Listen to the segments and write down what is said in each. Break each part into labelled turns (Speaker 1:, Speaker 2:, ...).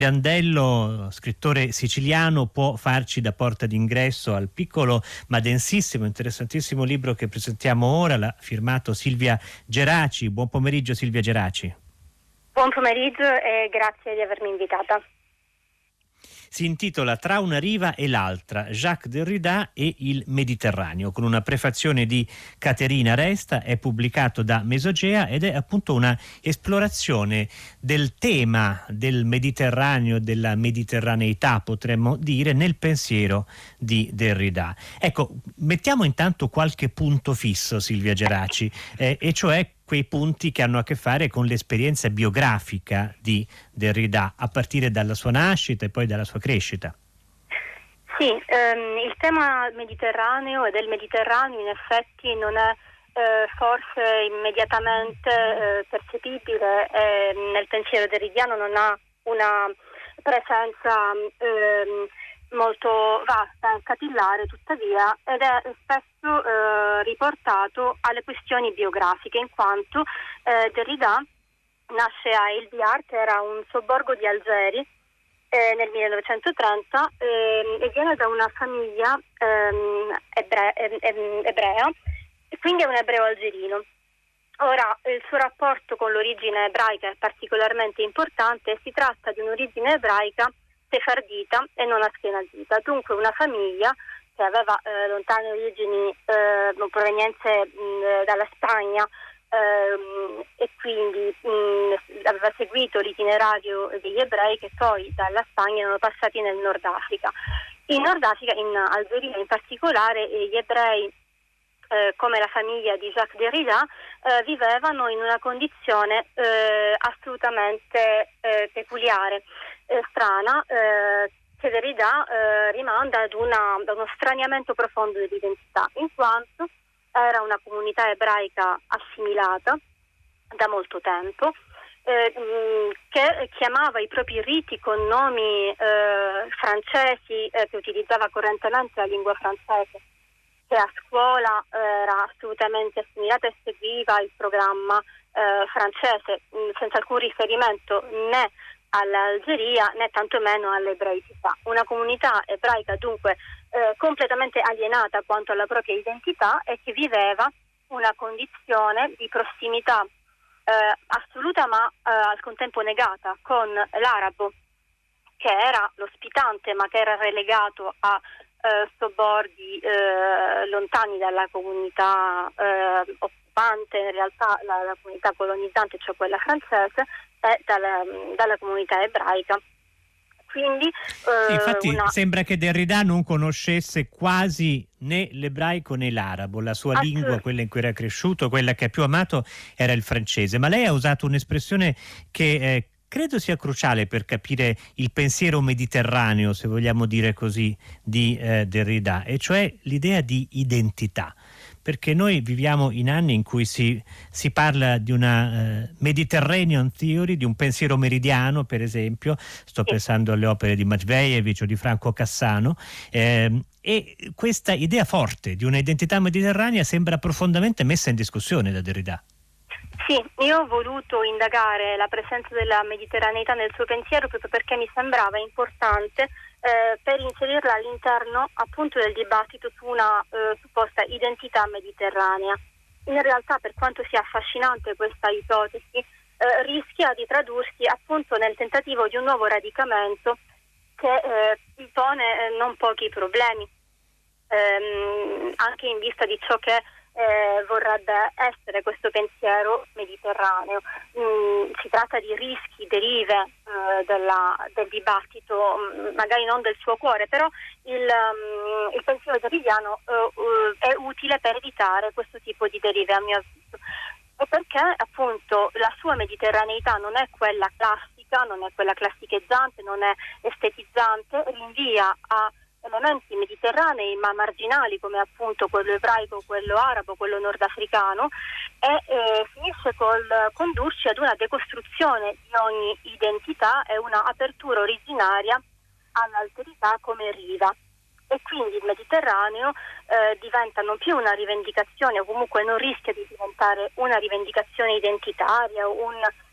Speaker 1: Pirandello, scrittore siciliano, può farci da porta d'ingresso al piccolo ma densissimo, interessantissimo libro che presentiamo ora, l'ha firmato Silvia Geraci. Buon pomeriggio Silvia Geraci.
Speaker 2: Buon pomeriggio e grazie di avermi invitata.
Speaker 1: Si intitola Tra una riva e l'altra, Jacques Derrida e il Mediterraneo, con una prefazione di Caterina Resta, è pubblicato da Mesogea ed è appunto una esplorazione del tema del Mediterraneo, della mediterraneità, potremmo dire, nel pensiero di Derrida. Ecco, mettiamo intanto qualche punto fisso, Silvia Geraci, e cioè quei punti che hanno a che fare con l'esperienza biografica di Derrida, a partire dalla sua nascita e poi dalla sua crescita.
Speaker 2: Sì, il tema mediterraneo e del Mediterraneo in effetti non è forse immediatamente percepibile, nel pensiero derridiano non ha una presenza molto vasta e capillare, tuttavia, ed è spesso riportato alle questioni biografiche, in quanto Derrida nasce a El Biar, che era un sobborgo di Algeri, nel 1930, e viene da una famiglia ebrea, e quindi è un ebreo algerino. Ora, il suo rapporto con l'origine ebraica è particolarmente importante, e si tratta di un'origine ebraica sefardita e non askenazita, dunque una famiglia che aveva lontane origini, provenienze dalla Spagna, e quindi aveva seguito l'itinerario degli ebrei che poi dalla Spagna erano passati nel Nord Africa. In Nord Africa, in Algeria in particolare, gli ebrei, come la famiglia di Jacques Derrida, vivevano in una condizione assolutamente peculiare, strana, che Derrida rimanda ad uno straniamento profondo dell'identità, in quanto era una comunità ebraica assimilata da molto tempo, che chiamava i propri riti con nomi francesi, che utilizzava correntemente la lingua francese, che a scuola era assolutamente assimilata e seguiva il programma francese, senza alcun riferimento né all'Algeria né tantomeno all'ebraicità. Una comunità ebraica dunque completamente alienata quanto alla propria identità, e che viveva una condizione di prossimità assoluta ma al contempo negata con l'arabo, che era l'ospitante ma che era relegato a sobborghi lontani dalla comunità occupante, in realtà la comunità colonizzante, cioè quella francese, e dalla comunità ebraica. Quindi,
Speaker 1: infatti sembra che Derrida non conoscesse quasi né l'ebraico né l'arabo, la sua lingua, quella in cui era cresciuto, quella che ha più amato era il francese, ma lei ha usato un'espressione che credo sia cruciale per capire il pensiero mediterraneo, se vogliamo dire così, di Derrida, e cioè l'idea di identità. Perché noi viviamo in anni in cui si parla di una Mediterranean theory, di un pensiero meridiano, per esempio, sto pensando alle opere di Matvejevic o di Franco Cassano, e questa idea forte di una identità mediterranea sembra profondamente messa in discussione da Derrida.
Speaker 2: Sì, io ho voluto indagare la presenza della mediterraneità nel suo pensiero proprio perché mi sembrava importante per inserirla all'interno appunto del dibattito su una supposta identità mediterranea. In realtà, per quanto sia affascinante questa ipotesi, rischia di tradursi appunto nel tentativo di un nuovo radicamento che pone non pochi problemi, anche in vista di ciò che vorrebbe essere questo pensiero mediterraneo. Si tratta di rischi, derive del dibattito, magari non del suo cuore, però il pensiero derridiano è utile per evitare questo tipo di derive, a mio avviso, e perché appunto la sua mediterraneità non è quella classica, non è quella classicheggiante, non è estetizzante, rinvia a elementi mediterranei ma marginali come appunto quello ebraico, quello arabo, quello nordafricano, e finisce col condurci ad una decostruzione di ogni identità e una apertura originaria all'alterità come riva. E quindi il Mediterraneo diventa non più una rivendicazione, o comunque non rischia di diventare una rivendicazione identitaria, un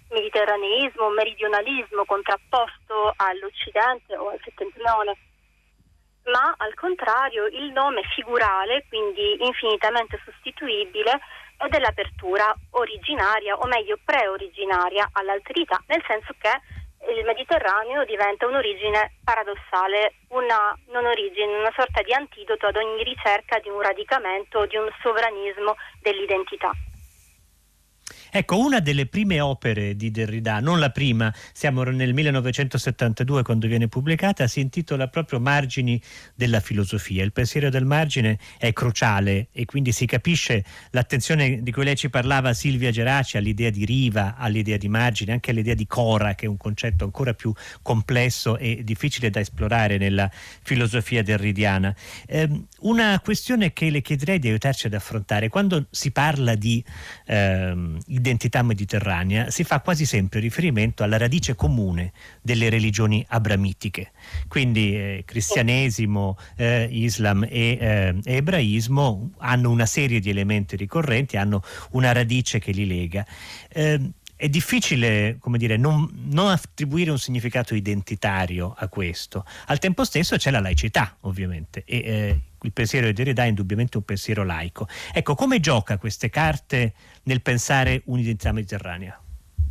Speaker 2: mediterraneismo, meridionalismo contrapposto all'Occidente o al Settentrione, ma al contrario il nome figurale, quindi infinitamente sostituibile, è dell'apertura originaria, o meglio pre-originaria all'alterità, nel senso che il Mediterraneo diventa un'origine paradossale, una non origine, una sorta di antidoto ad ogni ricerca di un radicamento o di un sovranismo dell'identità.
Speaker 1: Ecco, una delle prime opere di Derrida, non la prima, siamo nel 1972 quando viene pubblicata, si intitola proprio Margini della filosofia. Il pensiero del margine è cruciale e quindi si capisce l'attenzione di cui lei ci parlava, Silvia Geraci, all'idea di riva, all'idea di margine, anche all'idea di cora, che è un concetto ancora più complesso e difficile da esplorare nella filosofia derridiana. Una questione che le chiederei di aiutarci ad affrontare: quando si parla di identità mediterranea si fa quasi sempre riferimento alla radice comune delle religioni abramitiche, quindi cristianesimo, Islam e ebraismo hanno una serie di elementi ricorrenti, hanno una radice che li lega. È difficile, come dire, non attribuire un significato identitario a questo. Al tempo stesso c'è la laicità, ovviamente, e il pensiero di Derrida è indubbiamente un pensiero laico. Ecco, come gioca queste carte nel pensare un'identità mediterranea?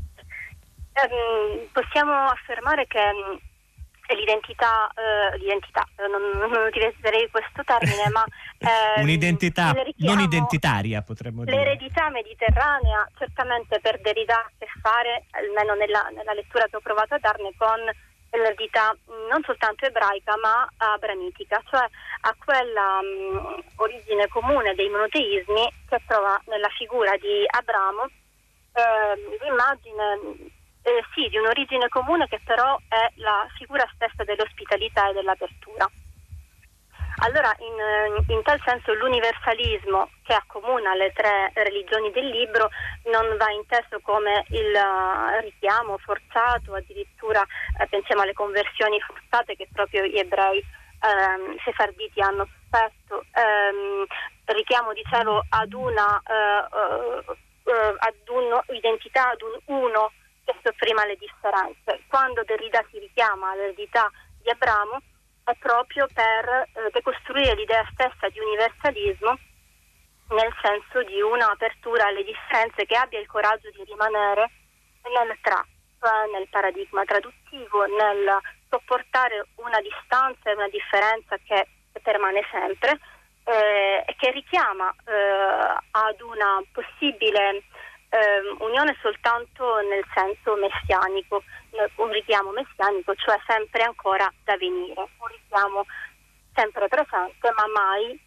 Speaker 2: Possiamo affermare che l'identità, non utilizzerei questo termine, ma
Speaker 1: un'identità non identitaria, potremmo dire.
Speaker 2: L'eredità mediterranea certamente per Derrida ha a che fare, almeno nella lettura che ho provato a darne, con l'eredità non soltanto ebraica ma abramitica, cioè a quella origine comune dei monoteismi che trova nella figura di Abramo l'immagine di un'origine comune che però è la figura stessa dell'ospitalità e dell'apertura. Allora in tal senso l'universalismo che accomuna le tre religioni del libro non va inteso come il richiamo forzato, addirittura pensiamo alle conversioni forzate che proprio gli ebrei sefarditi hanno sofferto, richiamo dicevo ad un'identità, ad un uno che sopprima le differenze. Quando Derrida si richiama all'eredità di Abramo è proprio per decostruire l'idea stessa di universalismo, nel senso di un'apertura alle differenze che abbia il coraggio di rimanere nel tratto, nel paradigma traduttivo, nel sopportare una distanza e una differenza che permane sempre e che richiama ad una possibile unione soltanto nel senso messianico, un richiamo messianico, cioè sempre ancora da venire, un richiamo sempre presente ma mai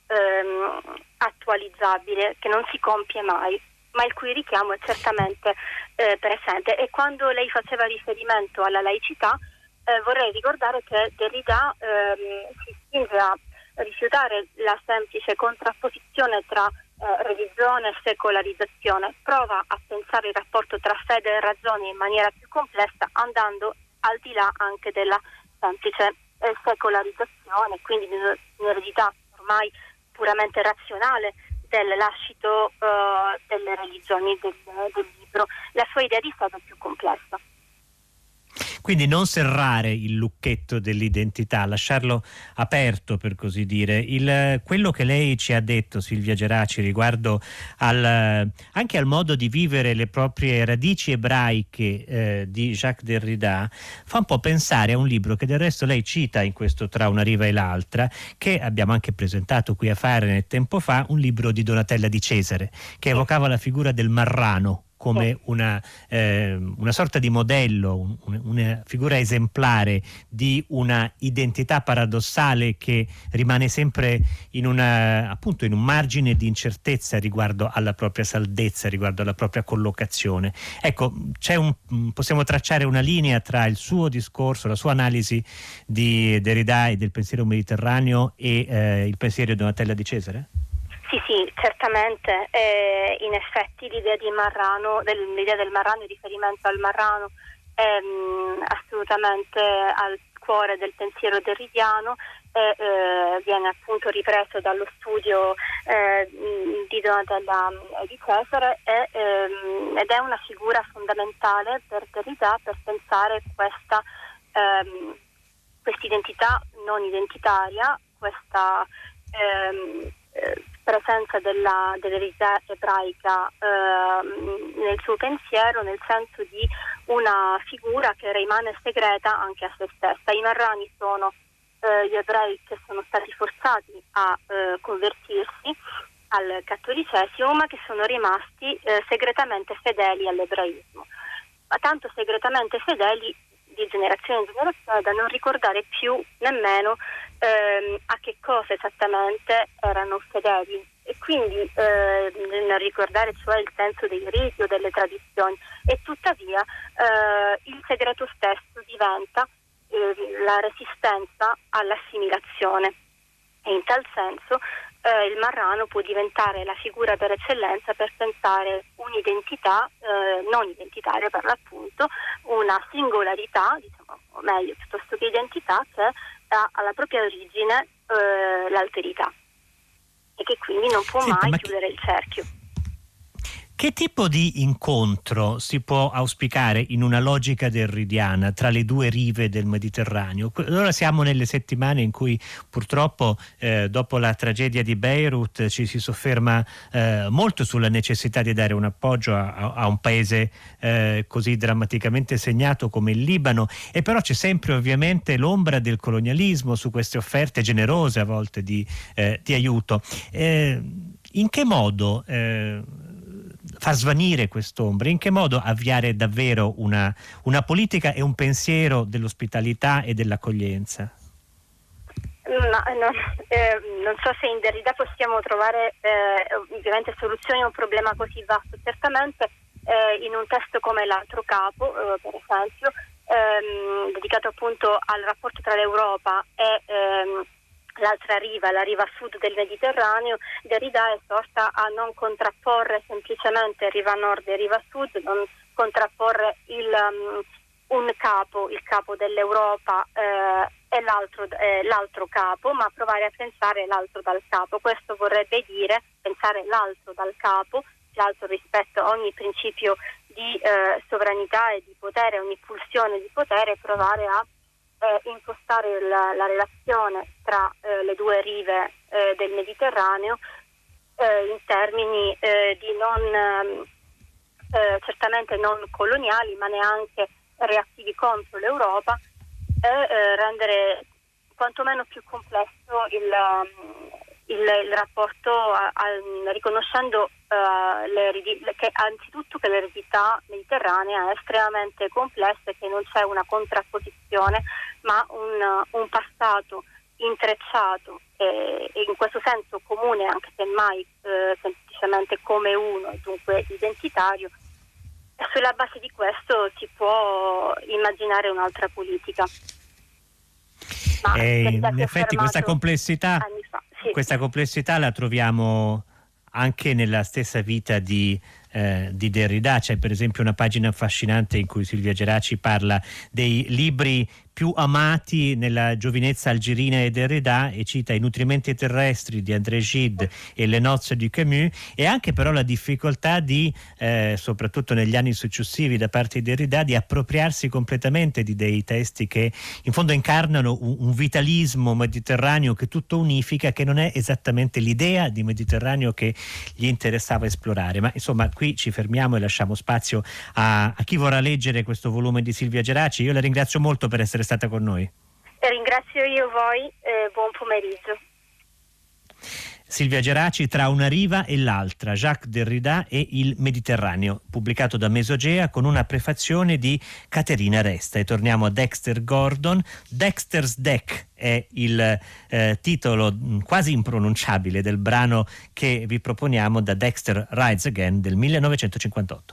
Speaker 2: attualizzabile, che non si compie mai, ma il cui richiamo è certamente presente. E quando lei faceva riferimento alla laicità, vorrei ricordare che Derrida si spinge a rifiutare la semplice contrapposizione tra religione e secolarizzazione, prova a pensare il rapporto tra fede e ragione in maniera più complessa, andando al di là anche della semplice secolarizzazione, quindi di un'eredità ormai puramente razionale del lascito delle religioni del libro. La sua idea di Stato è più complessa.
Speaker 1: Quindi non serrare il lucchetto dell'identità, lasciarlo aperto, per così dire. Quello che lei ci ha detto, Silvia Geraci, riguardo anche al modo di vivere le proprie radici ebraiche di Jacques Derrida, fa un po' pensare a un libro che del resto lei cita in questo Tra una riva e l'altra, che abbiamo anche presentato qui a Fahrenheit tempo fa, un libro di Donatella Di Cesare, che evocava la figura del marrano come una sorta di modello, una figura esemplare di una identità paradossale che rimane sempre in un margine di incertezza riguardo alla propria saldezza, riguardo alla propria collocazione. Ecco, possiamo tracciare una linea tra il suo discorso, la sua analisi di Derrida e del pensiero mediterraneo e il pensiero di Donatella Di Cesare?
Speaker 2: Sì, certamente. In effetti l'idea del marrano, il riferimento al marrano è assolutamente al cuore del pensiero derridiano e viene appunto ripreso dallo studio di Donatella di Cesare ed è una figura fondamentale per Derrida per pensare questa identità non identitaria, questa presenza dell'eredità ebraica nel suo pensiero, nel senso di una figura che rimane segreta anche a se stessa. I marrani sono gli ebrei che sono stati forzati a convertirsi al cattolicesimo, ma che sono rimasti segretamente fedeli all'ebraismo, ma tanto segretamente fedeli di generazione in generazione da non ricordare più nemmeno a che cosa esattamente erano fedeli, e quindi non ricordare cioè il senso dei riti o delle tradizioni, e tuttavia il segreto stesso diventa la resistenza all'assimilazione, e in tal senso il marrano può diventare la figura per eccellenza per pensare un'identità non identitaria, per l'appunto, una singolarità, diciamo, o meglio, piuttosto che identità, che ha alla propria origine l'alterità, e che quindi non può mai chiudere il cerchio.
Speaker 1: Che tipo di incontro si può auspicare in una logica derridiana tra le due rive del Mediterraneo? Ora siamo nelle settimane in cui purtroppo dopo la tragedia di Beirut ci si sofferma molto sulla necessità di dare un appoggio a un paese così drammaticamente segnato come il Libano, e però c'è sempre ovviamente l'ombra del colonialismo su queste offerte generose a volte di aiuto. In che modo far svanire quest'ombra? In che modo avviare davvero una politica e un pensiero dell'ospitalità e dell'accoglienza?
Speaker 2: Non so se in Derrida possiamo trovare ovviamente soluzioni a un problema così vasto. Certamente in un testo come L'altro capo, per esempio, dedicato appunto al rapporto tra l'Europa e l'altra riva, la riva sud del Mediterraneo, Derrida esorta a non contrapporre semplicemente riva nord e riva sud, non contrapporre il capo dell'Europa e l'altro capo, ma provare a pensare l'altro dal capo. Questo vorrebbe dire pensare l'altro dal capo, l'altro rispetto a ogni principio di sovranità e di potere, ogni pulsione di potere, provare a impostare la relazione tra le due rive del Mediterraneo in termini di non certamente non coloniali, ma neanche reattivi contro l'Europa, e rendere quantomeno più complesso il rapporto, riconoscendo che anzitutto che l'eredità mediterranea è estremamente complessa e che non c'è una contrapposizione, ma un passato intrecciato e in questo senso comune, anche se mai semplicemente come uno e dunque identitario. E sulla base di questo si può immaginare un'altra politica.
Speaker 1: In effetti questa complessità la troviamo anche nella stessa vita di Derrida. C'è per esempio una pagina affascinante in cui Silvia Geraci parla dei libri più amati nella giovinezza algerina e Derrida, e cita I nutrimenti terrestri di André Gide e Le nozze di Camus, e anche però la difficoltà di soprattutto negli anni successivi da parte di Derrida di appropriarsi completamente di dei testi che in fondo incarnano un vitalismo mediterraneo che tutto unifica, che non è esattamente l'idea di Mediterraneo che gli interessava esplorare. Ma insomma qui ci fermiamo e lasciamo spazio a chi vorrà leggere questo volume di Silvia Geraci. Io la ringrazio molto per essere stata con noi.
Speaker 2: Ringrazio io voi, buon pomeriggio.
Speaker 1: Silvia Geraci, Tra una riva e l'altra, Jacques Derrida e il Mediterraneo, pubblicato da Mesogea con una prefazione di Caterina Resta. E torniamo a Dexter Gordon. Dexter's Deck è il titolo quasi impronunciabile del brano che vi proponiamo da Dexter Rides Again del 1958.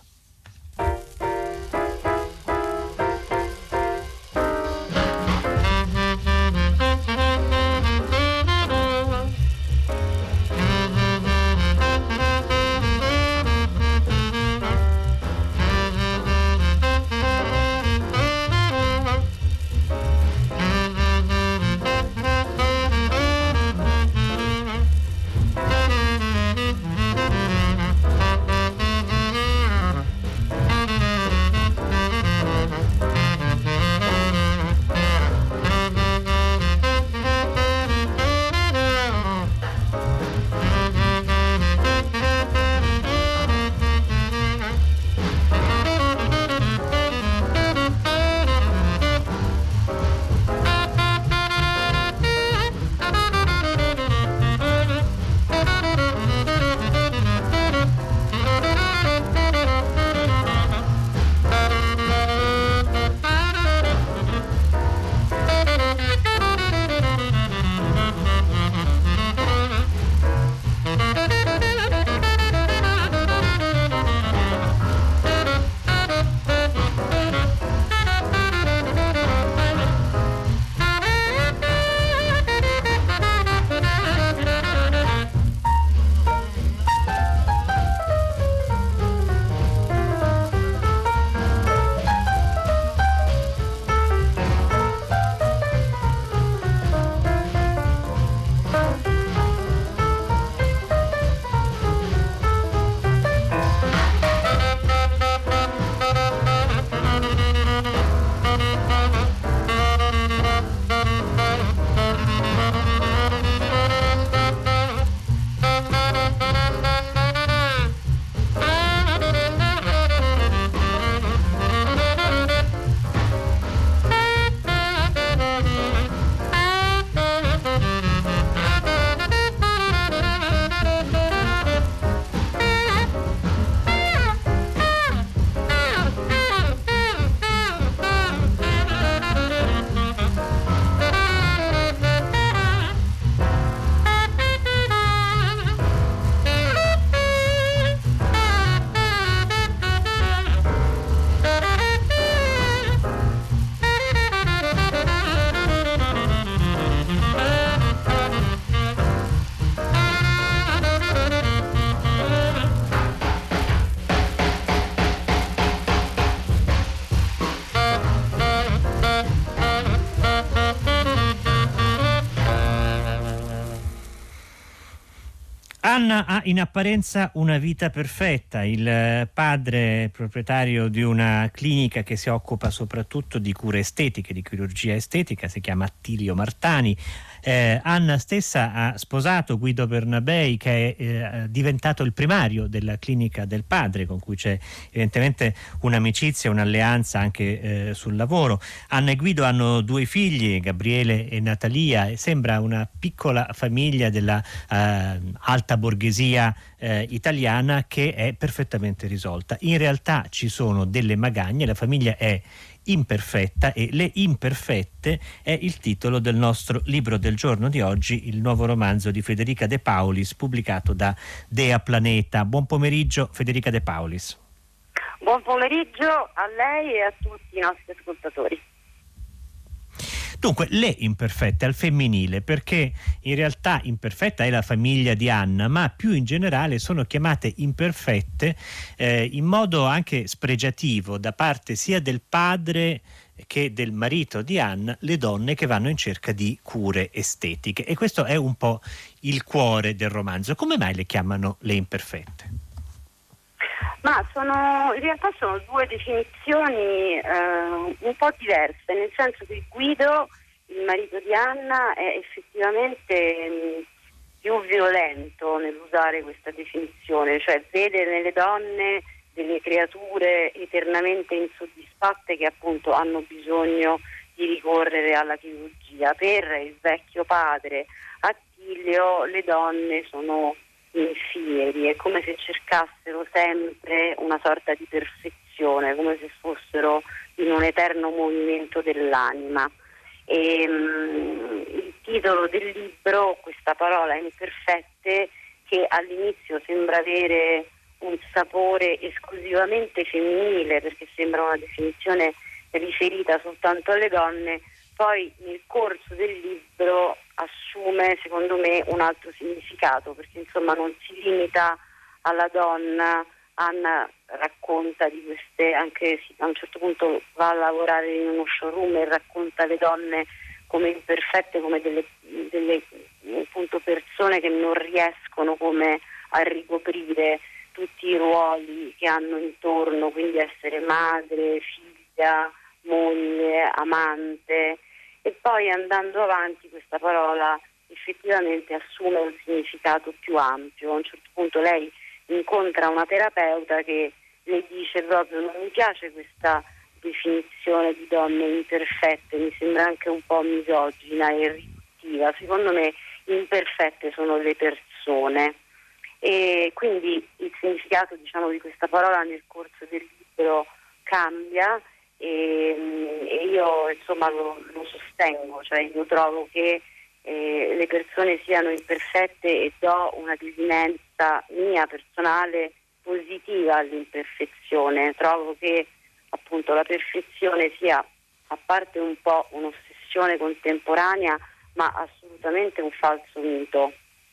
Speaker 1: Anna ha in apparenza una vita perfetta. Il padre, proprietario di una clinica che si occupa soprattutto di cure estetiche, di chirurgia estetica, si chiama Attilio Martani. Anna stessa ha sposato Guido Bernabei, che è diventato il primario della clinica del padre, con cui c'è evidentemente un'amicizia, un'alleanza anche sul lavoro. Anna e Guido hanno 2 figli, Gabriele e Natalia, e sembra una piccola famiglia della alta borghesia italiana che è perfettamente risolta. In realtà ci sono delle magagne, la famiglia è imperfetta e Le imperfette è il titolo del nostro libro del giorno di oggi, il nuovo romanzo di Federica De Paulis pubblicato da Dea Planeta. Buon pomeriggio Federica De Paulis.
Speaker 3: Buon pomeriggio a lei e a tutti i nostri ascoltatori.
Speaker 1: Dunque, Le imperfette al femminile, perché in realtà imperfetta è la famiglia di Anna, ma più in generale sono chiamate imperfette in modo anche spregiativo da parte sia del padre che del marito di Anna, le donne che vanno in cerca di cure estetiche. E questo è un po' il cuore del romanzo. Come mai le chiamano Le imperfette?
Speaker 3: Ma in realtà sono 2 definizioni un po' diverse, nel senso che Guido, il marito di Anna, è effettivamente più violento nell'usare questa definizione, cioè vede nelle donne delle creature eternamente insoddisfatte che appunto hanno bisogno di ricorrere alla chirurgia. Per il vecchio padre Attilio le donne sono inferi, è come se cercassero sempre una sorta di perfezione, come se fossero in un eterno movimento dell'anima. E il titolo del libro, questa parola imperfette, che all'inizio sembra avere un sapore esclusivamente femminile, perché sembra una definizione riferita soltanto alle donne, poi nel corso del libro assume, secondo me, un altro significato, perché insomma non si limita alla donna. Anna racconta di queste, anche a un certo punto va a lavorare in uno showroom e racconta le donne come imperfette, come delle appunto persone che non riescono come a ricoprire tutti i ruoli che hanno intorno, quindi essere madre, figlia, moglie, amante. E poi andando avanti questa parola effettivamente assume un significato più ampio. A un certo punto lei incontra una terapeuta che le dice proprio: non mi piace questa definizione di donne imperfette, mi sembra anche un po' misogina e riduttiva. Secondo me imperfette sono le persone, e quindi il significato, diciamo, di questa parola nel corso del libro cambia. E io insomma lo sostengo, cioè io trovo che le persone siano imperfette e do una desinenza mia personale positiva all'imperfezione. Trovo che appunto la perfezione sia, a parte un po' un'ossessione contemporanea, ma assolutamente un falso mito.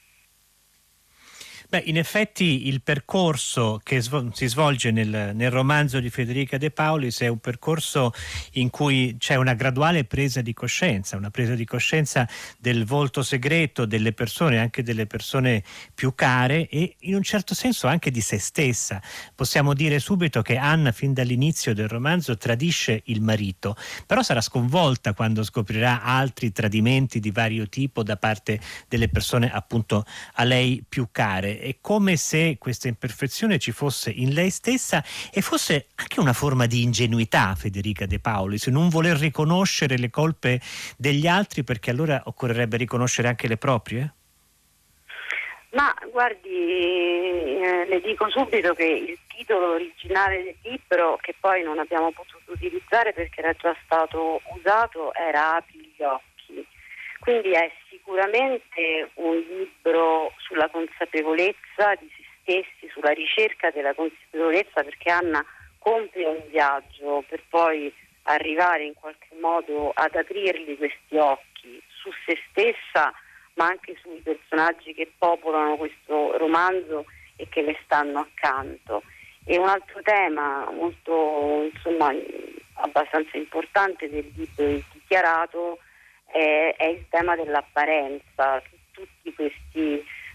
Speaker 1: Beh, in effetti il percorso che si svolge nel romanzo di Federica De Paulis è un percorso in cui c'è una graduale presa di coscienza, una presa di coscienza del volto segreto delle persone, anche delle persone più care, e in un certo senso anche di se stessa. Possiamo dire subito che Anna fin dall'inizio del romanzo tradisce il marito, però sarà sconvolta quando scoprirà altri tradimenti di vario tipo da parte delle persone appunto a lei più care. È come se questa imperfezione ci fosse in lei stessa e fosse anche una forma di ingenuità, Federica De Paulis, non voler riconoscere le colpe degli altri, perché allora occorrerebbe riconoscere anche le proprie?
Speaker 3: Ma guardi, le dico subito che il titolo originale del libro, che poi non abbiamo potuto utilizzare perché era già stato usato, era Apri gli occhi. Quindi è sicuramente un libro sulla consapevolezza di se stessi, sulla ricerca della consapevolezza, perché Anna compie un viaggio per poi arrivare in qualche modo ad aprirli questi occhi su se stessa, ma anche sui personaggi che popolano questo romanzo e che le stanno accanto. E un altro tema molto, insomma, abbastanza importante del libro dichiarato è il tema dell'apparenza. Tutti questi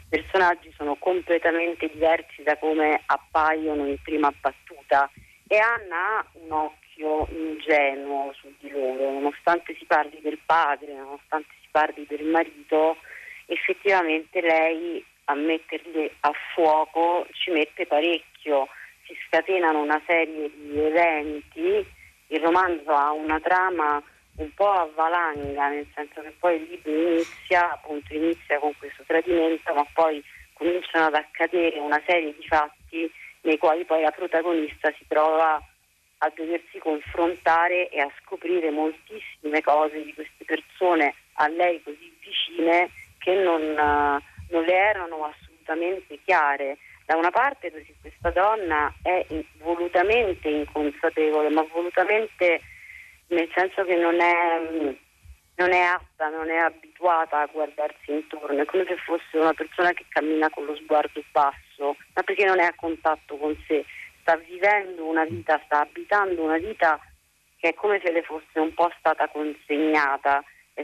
Speaker 3: personaggi sono completamente diversi da come appaiono in prima battuta, e Anna ha un occhio ingenuo su di loro, nonostante si parli del padre, nonostante si parli del marito, effettivamente lei a metterli a fuoco ci mette parecchio, si scatenano una serie di eventi, il romanzo ha una trama un po' a valanga, nel senso che poi il libro inizia con questo tradimento, ma poi cominciano ad accadere una serie di fatti nei quali poi la protagonista si trova a doversi confrontare e a scoprire moltissime cose di queste persone a lei così vicine che non le erano assolutamente chiare. Da una parte perché questa donna è volutamente inconsapevole, ma volutamente nel senso che non è atta, non è abituata a guardarsi intorno, è come se fosse una persona che cammina con lo sguardo basso, ma perché non è a contatto con sé, sta vivendo una vita, sta abitando una vita che è come se le fosse un po' stata consegnata,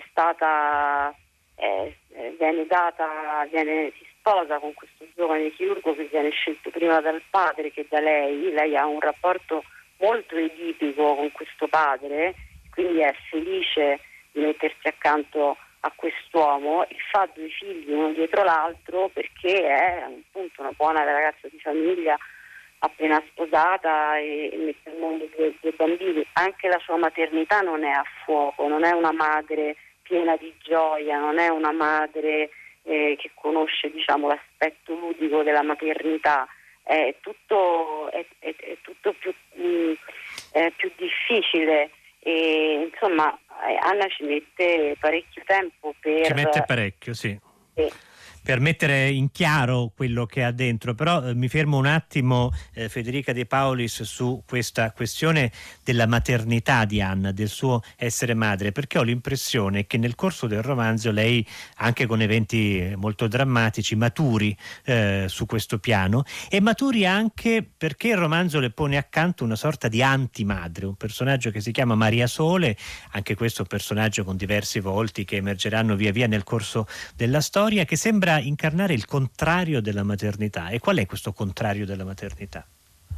Speaker 3: si sposa con questo giovane chirurgo che viene scelto prima dal padre che da lei ha un rapporto molto edipico con questo padre, quindi è felice di mettersi accanto a quest'uomo e fa 2 figli uno dietro l'altro perché è appunto una buona ragazza di famiglia appena sposata e mette al mondo 2 bambini. Anche la sua maternità non è a fuoco, non è una madre piena di gioia, non è una madre che conosce l'aspetto ludico della maternità. È tutto più difficile e insomma Anna ci mette parecchio tempo
Speaker 1: ci mette parecchio, sì. Per mettere in chiaro quello che ha dentro, però mi fermo un attimo, Federica De Paulis, su questa questione della maternità di Anna, del suo essere madre, perché ho l'impressione che nel corso del romanzo lei, anche con eventi molto drammatici, maturi su questo piano, e maturi anche perché il romanzo le pone accanto una sorta di antimadre, un personaggio che si chiama Maria Sole, anche questo un personaggio con diversi volti che emergeranno via via nel corso della storia, che sembra incarnare il contrario della maternità. E qual è questo contrario della maternità?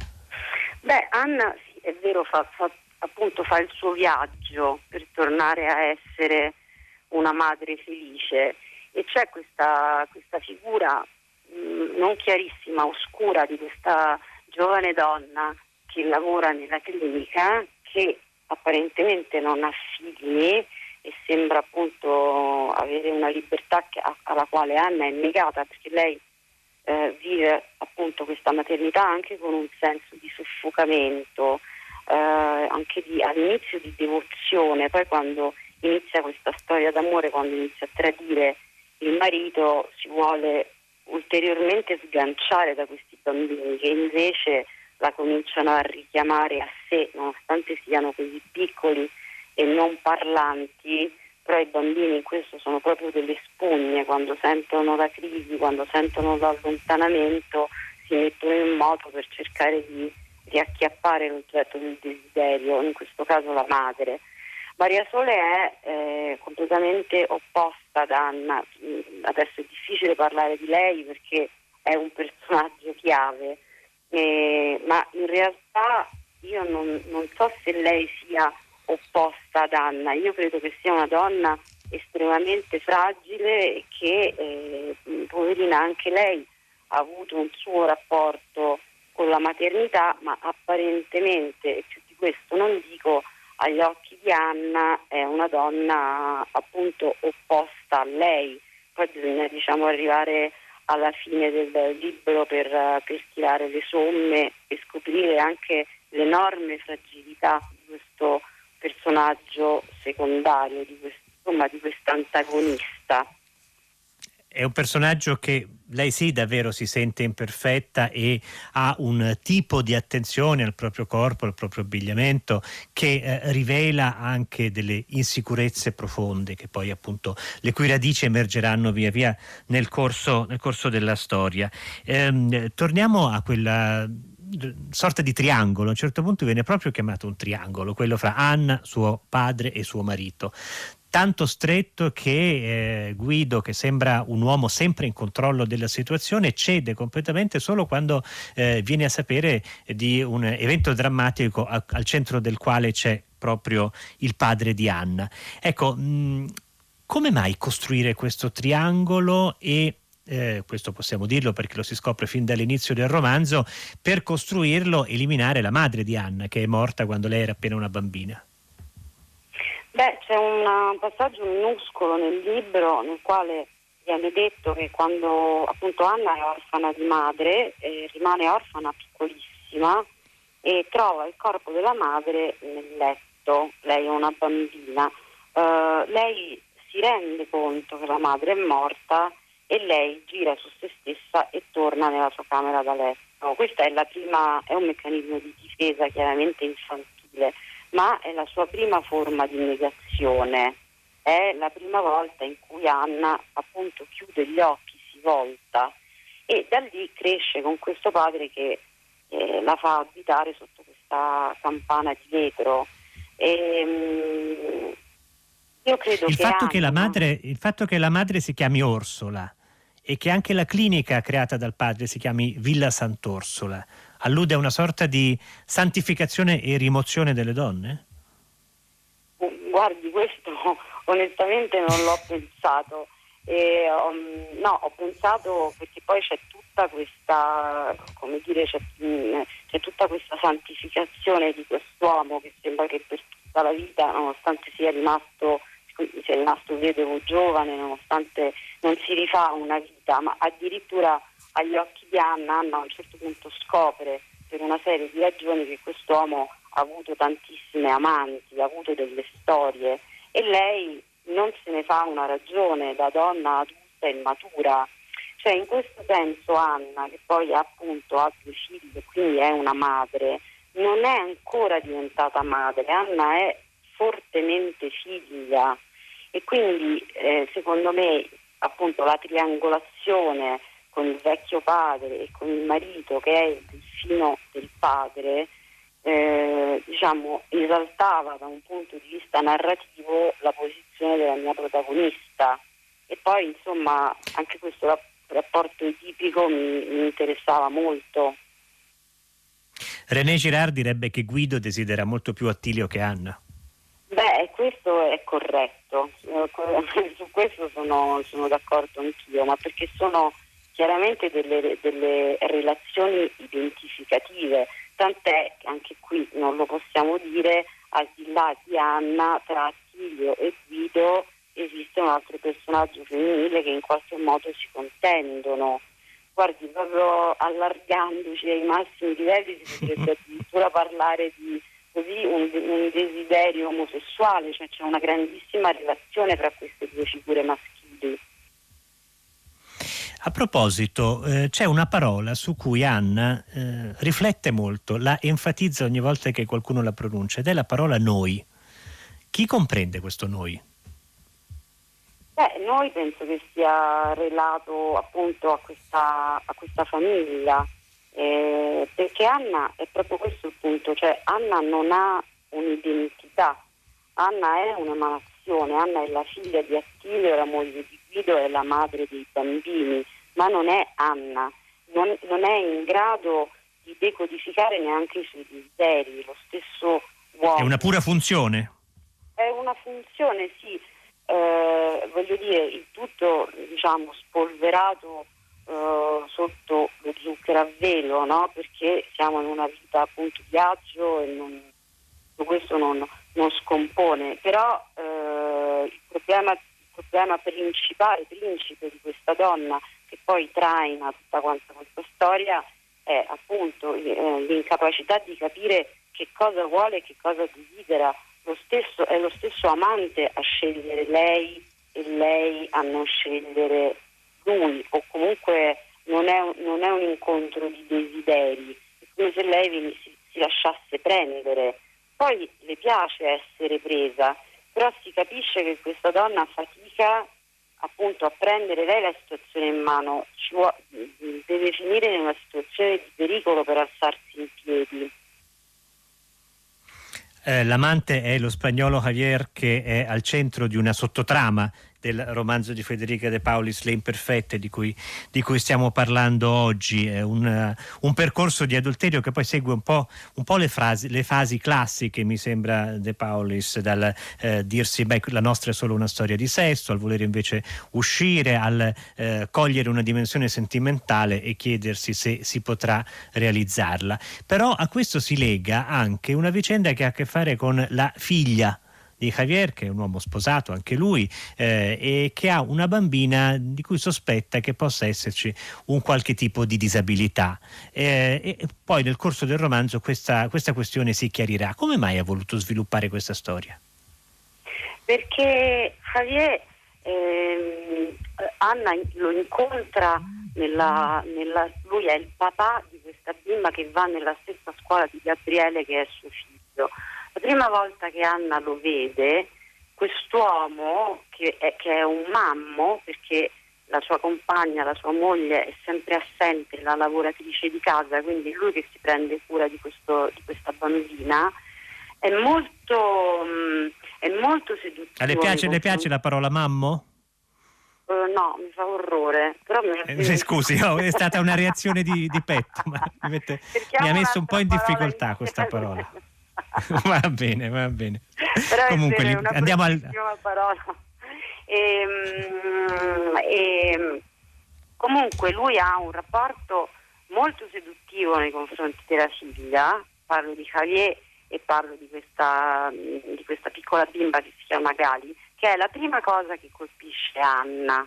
Speaker 3: Anna, sì, è vero, fa il suo viaggio per tornare a essere una madre felice, e c'è questa figura non chiarissima, oscura, di questa giovane donna che lavora nella clinica, che apparentemente non ha figli e sembra appunto avere una libertà alla quale Anna è negata, perché lei vive appunto questa maternità anche con un senso di soffocamento, anche all'inizio di devozione. Poi quando inizia questa storia d'amore, quando inizia a tradire il marito, si vuole ulteriormente sganciare da questi bambini che invece la cominciano a richiamare a sé, nonostante siano così piccoli e non parlanti. Però i bambini in questo sono proprio delle spugne, quando sentono la crisi, quando sentono l'allontanamento si mettono in moto per cercare di riacchiappare l'oggetto del desiderio, in questo caso la madre. Maria Sole è completamente opposta ad Anna. Adesso è difficile parlare di lei perché è un personaggio chiave, ma in realtà io non so se lei sia opposta ad Anna. Io credo che sia una donna estremamente fragile e che poverina anche lei ha avuto un suo rapporto con la maternità, ma apparentemente, e più di questo non dico, agli occhi di Anna è una donna appunto opposta a lei. Poi bisogna arrivare alla fine del libro per tirare le somme e scoprire anche l'enorme fragilità di questo personaggio secondario, di questo antagonista.
Speaker 1: È un personaggio che lei sì davvero si sente imperfetta e ha un tipo di attenzione al proprio corpo, al proprio abbigliamento che rivela anche delle insicurezze profonde che poi appunto le cui radici emergeranno via via nel corso della storia. Torniamo a quella sorta di triangolo, a un certo punto viene proprio chiamato un triangolo, quello fra Anna, suo padre e suo marito. tanto stretto che Guido, che sembra un uomo sempre in controllo della situazione, cede completamente solo quando viene a sapere di un evento drammatico al centro del quale c'è proprio il padre di Anna. Ecco, come mai costruire questo triangolo e questo possiamo dirlo perché lo si scopre fin dall'inizio del romanzo, per costruirlo eliminare la madre di Anna, che è morta quando lei era appena una bambina?
Speaker 3: Beh, c'è un passaggio minuscolo nel libro nel quale viene detto che quando appunto Anna è orfana di madre, rimane orfana piccolissima e trova il corpo della madre nel letto. Lei è una bambina, lei si rende conto che la madre è morta e lei gira su se stessa e torna nella sua camera da letto. Questa è un meccanismo di difesa chiaramente infantile, ma è la sua prima forma di negazione. È la prima volta in cui Anna appunto chiude gli occhi, si volta, e da lì cresce con questo padre che la fa abitare sotto questa campana di vetro. Io credo
Speaker 1: il fatto che la madre si chiami Orsola e che anche la clinica creata dal padre si chiami Villa Sant'Orsola allude a una sorta di santificazione e rimozione delle donne?
Speaker 3: Guardi, questo onestamente non l'ho pensato. No, ho pensato perché poi c'è tutta questa, come dire, c'è tutta questa santificazione di quest'uomo che sembra che per tutta la vita, nonostante sia rimasto vedovo giovane, nonostante non si rifà una vita, ma addirittura agli occhi di Anna a un certo punto scopre per una serie di ragioni che quest'uomo ha avuto tantissime amanti, ha avuto delle storie, e lei non se ne fa una ragione da donna adulta e matura. Cioè, in questo senso Anna, che poi appunto ha 2 figli e quindi è una madre, non è ancora diventata madre. Anna è fortemente figlia e quindi secondo me appunto la triangolazione con il vecchio padre e con il marito che è il delfino del padre esaltava da un punto di vista narrativo la posizione della mia protagonista, e poi insomma anche questo rapporto etipico mi interessava molto.
Speaker 1: René Girard direbbe che Guido desidera molto più Attilio che Anna.
Speaker 3: Beh, questo è corretto, su questo sono d'accordo anch'io, ma perché sono chiaramente delle relazioni identificative, tant'è che anche qui non lo possiamo dire, al di là di Anna, tra Attilio e Guido esiste un altro personaggio femminile che in qualche modo si contendono. Guardi, proprio allargandoci ai massimi livelli si potrebbe addirittura parlare di un desiderio omosessuale, cioè c'è una grandissima relazione tra queste 2 figure maschili.
Speaker 1: A proposito, c'è una parola su cui Anna riflette molto, la enfatizza ogni volta che qualcuno la pronuncia, ed è la parola noi. Chi comprende questo noi?
Speaker 3: Noi penso che sia relato appunto a questa famiglia, perché Anna è proprio questo il punto, cioè Anna non ha un'identità, Anna è un'emanazione, Anna è la figlia di Attilio, la moglie di Guido, è la madre dei bambini, ma non è Anna, non è in grado di decodificare neanche i suoi desideri, lo stesso uomo.
Speaker 1: È una pura funzione?
Speaker 3: È una funzione, sì. Voglio dire, il tutto spolverato sotto lo zucchero a velo, no? Perché siamo in una vita appunto di agio e questo non scompone, però il problema principe di questa donna che poi traina tutta quanta questa storia è appunto l'incapacità di capire che cosa vuole e che cosa desidera. È lo stesso amante a scegliere lei e lei a non scegliere lui, o comunque non è un incontro di desideri, è come se lei si lasciasse prendere. Poi le piace essere presa, però si capisce che questa donna fatica appunto a prendere lei la situazione in mano, deve finire in una situazione di pericolo per alzarsi in piedi.
Speaker 1: L'amante è lo spagnolo Javier, che è al centro di una sottotrama del romanzo di Federica De Paulis, Le imperfette, di cui stiamo parlando oggi. È un percorso di adulterio che poi segue un po' le fasi classiche, mi sembra, De Paulis, dal dirsi la nostra è solo una storia di sesso, al volere invece uscire, al cogliere una dimensione sentimentale e chiedersi se si potrà realizzarla. Però a questo si lega anche una vicenda che ha a che fare con la figlia di Javier, che è un uomo sposato anche lui, e che ha una bambina di cui sospetta che possa esserci un qualche tipo di disabilità, e poi nel corso del romanzo questa questione si chiarirà. Come mai ha voluto sviluppare questa storia?
Speaker 3: Perché Javier, Anna lo incontra lui è il papà di questa bimba che va nella stessa scuola di Gabriele, che è suo figlio. La prima volta che Anna lo vede, quest'uomo che è un mammo, perché la sua compagna, la sua moglie è sempre assente, la lavoratrice di casa, quindi lui che si prende cura di questa bambina, è molto seduttivo.
Speaker 1: Le piace la parola mammo?
Speaker 3: No, mi fa orrore. Però
Speaker 1: scusi, è stata una reazione di petto, ma mi ha messo un po' in difficoltà questa parola. Va bene.
Speaker 3: Però
Speaker 1: comunque
Speaker 3: è una
Speaker 1: andiamo
Speaker 3: parola. Comunque lui ha un rapporto molto seduttivo nei confronti della figlia. Parlo di Javier e parlo di questa piccola bimba che si chiama Gali, che è la prima cosa che colpisce Anna.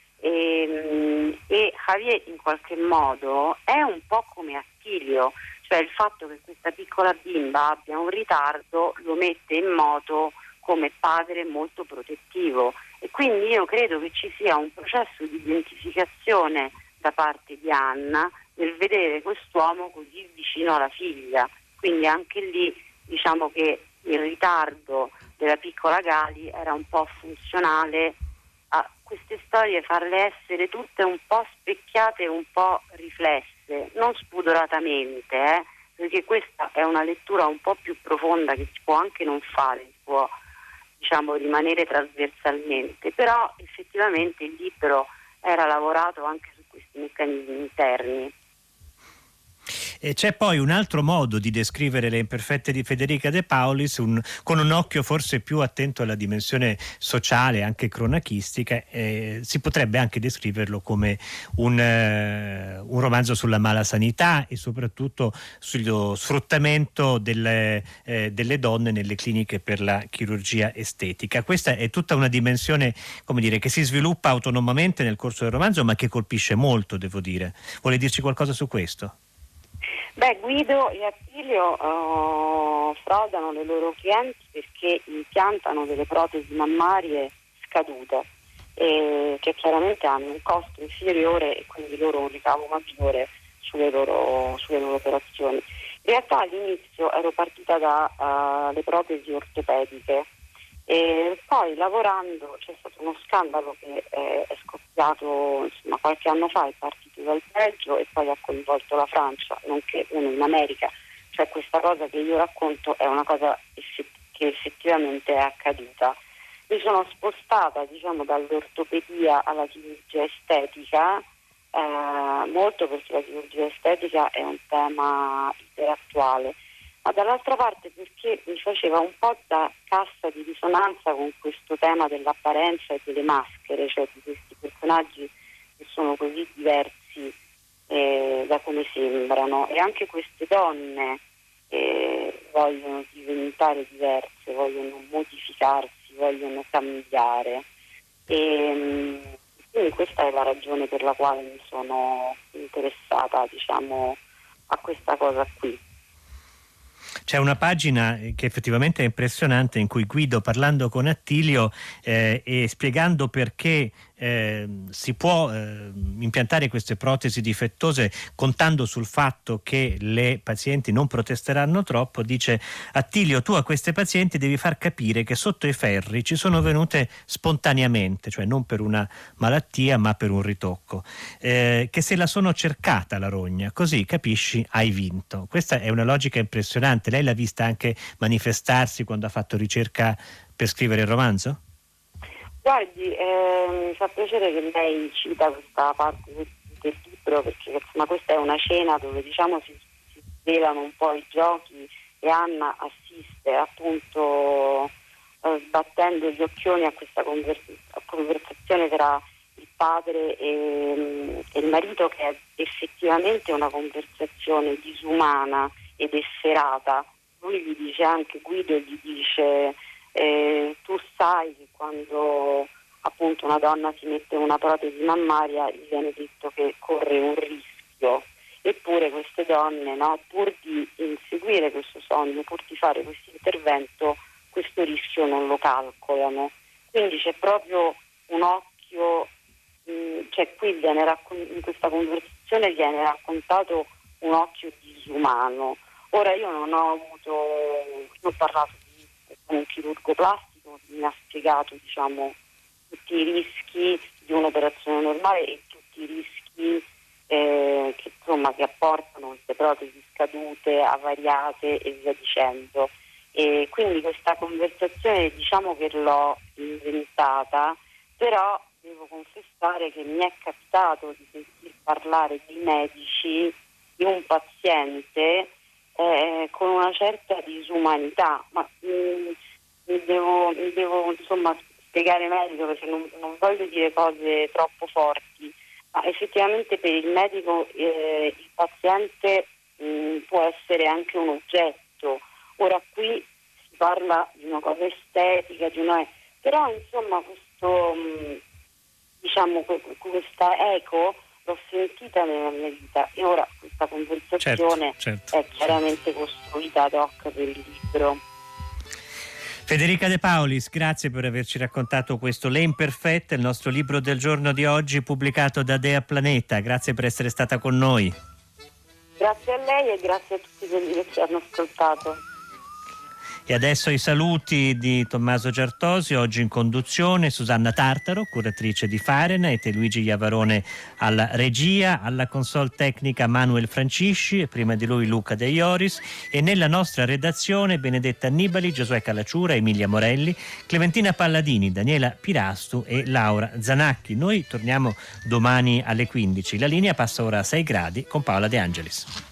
Speaker 3: E Javier in qualche modo è un po' come Attilio, cioè il fatto che questa piccola bimba abbia un ritardo lo mette in moto come padre molto protettivo, e quindi io credo che ci sia un processo di identificazione da parte di Anna nel vedere quest'uomo così vicino alla figlia. Quindi anche lì diciamo che il ritardo della piccola Gali era un po' funzionale a queste storie, farle essere tutte un po' specchiate e un po' riflesse, non spudoratamente, perché questa è una lettura un po' più profonda che si può anche non fare, si può rimanere trasversalmente, però effettivamente il libro era lavorato anche su questi meccanismi interni.
Speaker 1: E c'è poi un altro modo di descrivere Le imperfette di Federica De Paulis, con un occhio forse più attento alla dimensione sociale, anche cronachistica. Si potrebbe anche descriverlo come un romanzo sulla mala sanità e soprattutto sullo sfruttamento delle donne nelle cliniche per la chirurgia estetica. Questa è tutta una dimensione, come dire, che si sviluppa autonomamente nel corso del romanzo, ma che colpisce molto, devo dire. Vuole dirci qualcosa su questo?
Speaker 3: Guido e Attilio frodano le loro clienti perché impiantano delle protesi mammarie scadute, che chiaramente hanno un costo inferiore e quindi loro un ricavo maggiore sulle loro operazioni. In realtà all'inizio ero partita dalle protesi ortopediche e poi lavorando c'è stato uno scandalo che è scoppiato qualche anno fa, è partito dal Belgio e poi ha coinvolto la Francia, nonché uno in America. Cioè questa cosa che io racconto è una cosa che effettivamente è accaduta. Mi sono spostata dall'ortopedia alla chirurgia estetica, molto perché la chirurgia estetica è un tema iperattuale, ma dall'altra parte perché mi faceva un po' da cassa di risonanza con questo tema dell'apparenza e delle maschere, cioè di questi personaggi che sono così diversi da come sembrano, e anche queste donne vogliono diventare diverse, vogliono modificarsi, vogliono cambiare, e quindi questa è la ragione per la quale mi sono interessata a questa cosa qui.
Speaker 1: C'è una pagina che effettivamente è impressionante in cui Guido, parlando con Attilio e spiegando perché si può impiantare queste protesi difettose contando sul fatto che le pazienti non protesteranno troppo. Dice Attilio: tu a queste pazienti devi far capire che sotto i ferri ci sono venute spontaneamente, cioè non per una malattia ma per un ritocco, che se la sono cercata la rogna, così capisci, hai vinto. Questa è una logica impressionante. Lei l'ha vista anche manifestarsi quando ha fatto ricerca per scrivere il romanzo?
Speaker 3: Guardi, mi fa piacere che lei cita questa parte del libro, perché insomma questa è una scena dove diciamo si svelano un po' i giochi e Anna assiste appunto sbattendo gli occhioni a questa conversazione tra il padre e il marito, che è effettivamente una conversazione disumana ed efferata. Lui gli dice, anche Guido gli dice: tu sai che quando appunto una donna si mette una protesi mammaria gli viene detto che corre un rischio, eppure queste donne, no, pur di inseguire questo sogno, pur di fare questo intervento, questo rischio non lo calcolano. Quindi c'è proprio un occhio, cioè qui in questa conversazione viene raccontato un occhio disumano. Ora io non ho parlato con un chirurgo plastico, mi ha spiegato diciamo tutti i rischi di un'operazione normale e tutti i rischi che apportano queste protesi scadute, avariate e via dicendo. E quindi questa conversazione diciamo che l'ho inventata, però devo confessare che mi è capitato di sentir parlare di medici, di un paziente con una certa disumanità, ma mi devo insomma spiegare meglio, perché non voglio dire cose troppo forti, ma effettivamente per il medico il paziente può essere anche un oggetto. Ora qui si parla di una cosa estetica, però insomma questo questa eco l'ho sentita nella mia vita, e ora questa conversazione
Speaker 1: certo,
Speaker 3: è chiaramente costruita ad hoc per il libro.
Speaker 1: Federica De Paulis, grazie per averci raccontato questo Le Imperfette, il nostro libro del giorno di oggi pubblicato da Dea Planeta. Grazie per essere stata con noi.
Speaker 3: Grazie a lei e grazie a tutti quelli che ci hanno ascoltato.
Speaker 1: E adesso i saluti di Tommaso Giartosi, oggi in conduzione Susanna Tartaro, curatrice di Fahrenheit, e Luigi Iavarone alla regia, alla console tecnica Manuel Francisci e prima di lui Luca De Ioris, e nella nostra redazione Benedetta Annibali, Giosuè Calacciura, Emilia Morelli, Clementina Palladini, Daniela Pirastu e Laura Zanacchi. Noi torniamo domani alle 15. La linea passa ora a 6 gradi con Paola De Angelis.